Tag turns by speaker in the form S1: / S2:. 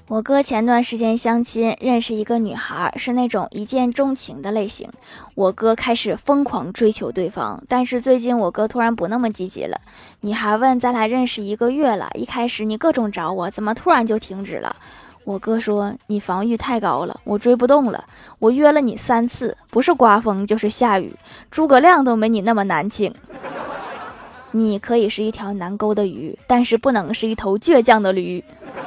S1: 我哥前段时间相亲，认识一个女孩，是那种一见钟情的类型。我哥开始疯狂追求对方，但是最近我哥突然不那么积极了。女孩问：“咱俩认识1个月了，一开始你各种找我，怎么突然就停止了？”我哥说：“你防御太高了，我追不动了。我约了你3次，不是刮风就是下雨，诸葛亮都没你那么难请。你可以是一条难勾的鱼，但是不能是一头倔强的驴。”